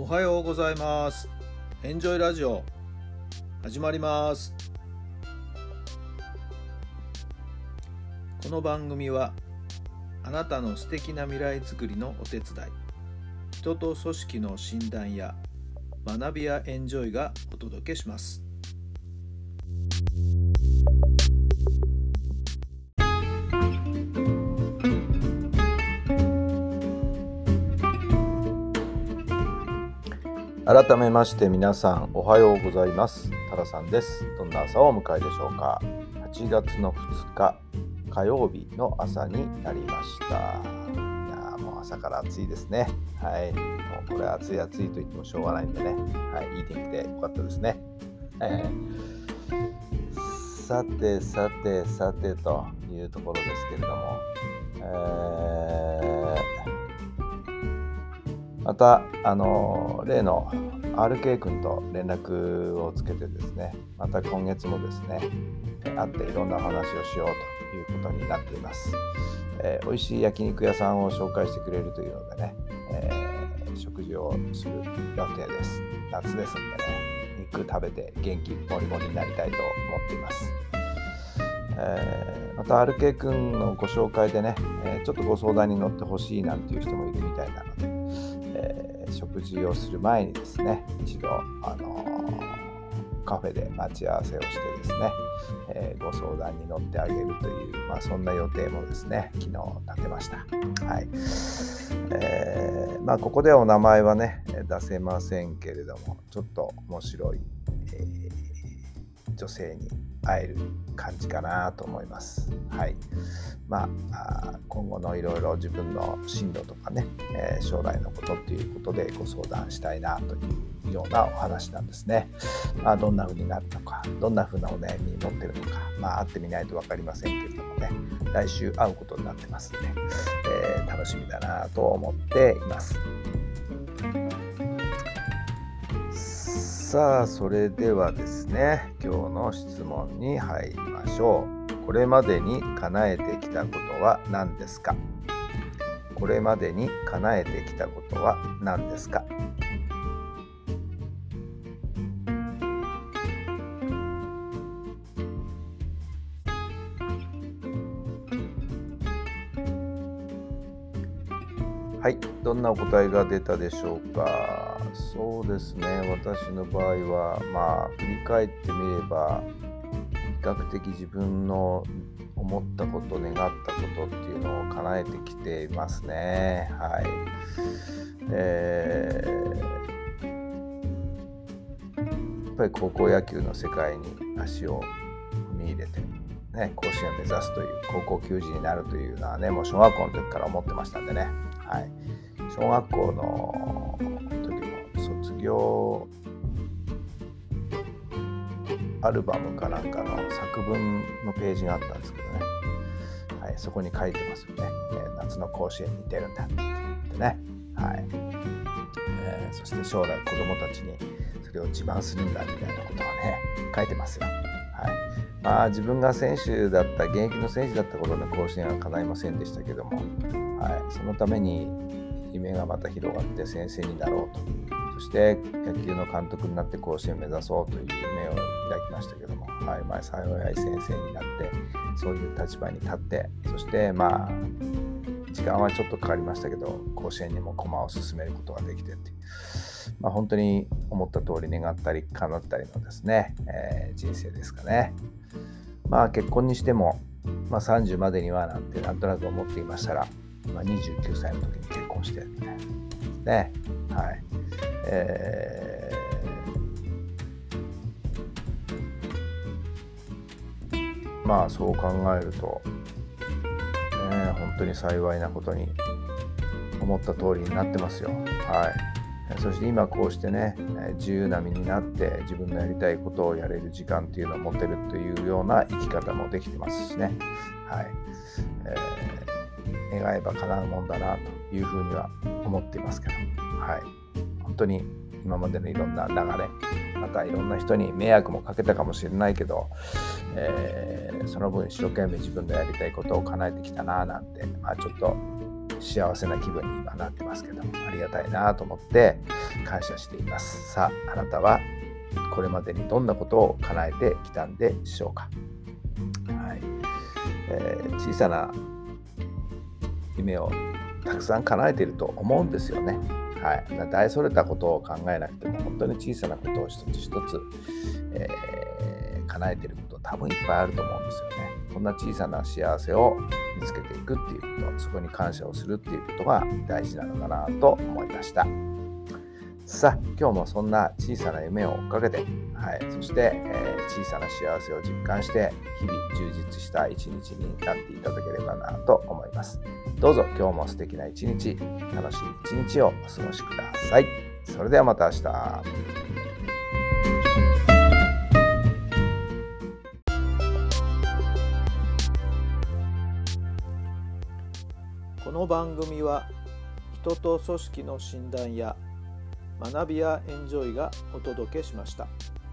おはようございます。エンジョイラジオ始まります。この番組はあなたの素敵な未来づくりのお手伝い、人と組織の診断や学びやエンジョイがお届けします。改めまして皆さんおはようございます。タラさんです。どんな朝をお迎えでしょうか。8月の2日火曜日の朝になりました。いやもう朝から暑いですね。はい、もうこれ暑いと言ってもしょうがないんでね、はい、いい天気でよかったですね。さてというところですけれども、また例の RK 君と連絡をつけてですね、また今月もですね会っていろんなお話をしようということになっています。美味しい焼肉屋さんを紹介してくれるというのでね、食事をする予定です。夏ですんでね、肉食べて元気もりもりになりたいと思っています。また RK 君のご紹介でね、ちょっとご相談に乗ってほしいなんていう人もいるみたいなので、食事をする前にですね、一度カフェで待ち合わせをしてですね、ご相談に乗ってあげるという、そんな予定もですね昨日立てました。はい。ここではお名前はね出せませんけれども、ちょっと面白い、女性に会える感じかなと思います。はい。今後のいろいろ自分の進路とかね、将来のことっていうことでご相談したいなというようなお話なんですね。どんな風になるのか、どんな風なお悩みに持ってるのか、会ってみないと分かりませんけれどもね、来週会うことになってますので、楽しみだなと思っています。さあ、それではですね、今日の質問に入りましょう。これまでに叶えてきたことは何ですか？これまでに叶えてきたことは何ですか？はい、どんなお答えが出たでしょうか。そうですね、私の場合は振り返ってみれば、比較的自分の思ったこと、願ったことっていうのを叶えてきていますね。はい。やっぱり高校野球の世界に足を踏み入れて、甲子園を目指すという、高校球児になるというのはね、もう小学校の時から思ってましたんでね。はい。小学校の時の卒業アルバムかなんかの作文のページがあったんですけどね、はい、そこに書いてますよね。夏の甲子園に出るんだって言ってね、はい。そして将来子供たちにそれを自慢するんだみたいなことをね書いてますよ。はい。自分が選手だった現役の選手だった頃の甲子園は叶いませんでしたけども、はい、そのために夢がまた広がって先生になろうと、そして野球の監督になって甲子園を目指そうという夢を抱きましたけども、はい、幸い先生になってそういう立場に立って、そして時間はちょっとかかりましたけど甲子園にも駒を進めることができてっていう、本当に思った通り願ったり叶ったりのですね、人生ですかね。結婚にしても、30までにはなんてなんとなく思っていましたら、29歳の時に結婚してみたいなですね。はい。そう考えると、本当に幸いなことに思った通りになってますよ。はい。そして今こうしてね、自由な身になって自分のやりたいことをやれる時間っていうのを持てるというような生き方もできてますしね。はい。願えば叶うもんだなというふうには思っていますけど、はい。本当に今までのいろんな流れ、またいろんな人に迷惑もかけたかもしれないけど、その分一生懸命自分のやりたいことを叶えてきたななんて、ちょっと幸せな気分に今なってますけど、ありがたいなと思って感謝しています。さあ、あなたはこれまでにどんなことを叶えてきたんでしょうか。はい。小さな夢をたくさん叶えていると思うんですよね。はい。大それたことを考えなくても、本当に小さなことを一つ一つ、叶えていること多分いっぱいあると思うんですよね。こんな小さな幸せを見つけていくっていうこと、そこに感謝をするっていうことが大事なのかなと思いました。さあ、今日もそんな小さな夢を追っかけて、そして、小さな幸せを実感して日々充実した一日になっていただければなと思います。どうぞ今日も素敵な一日、楽しい一日をお過ごしください。それではまた明日。 この番組は人と組織の診断や学びやエンジョイがお届けしました。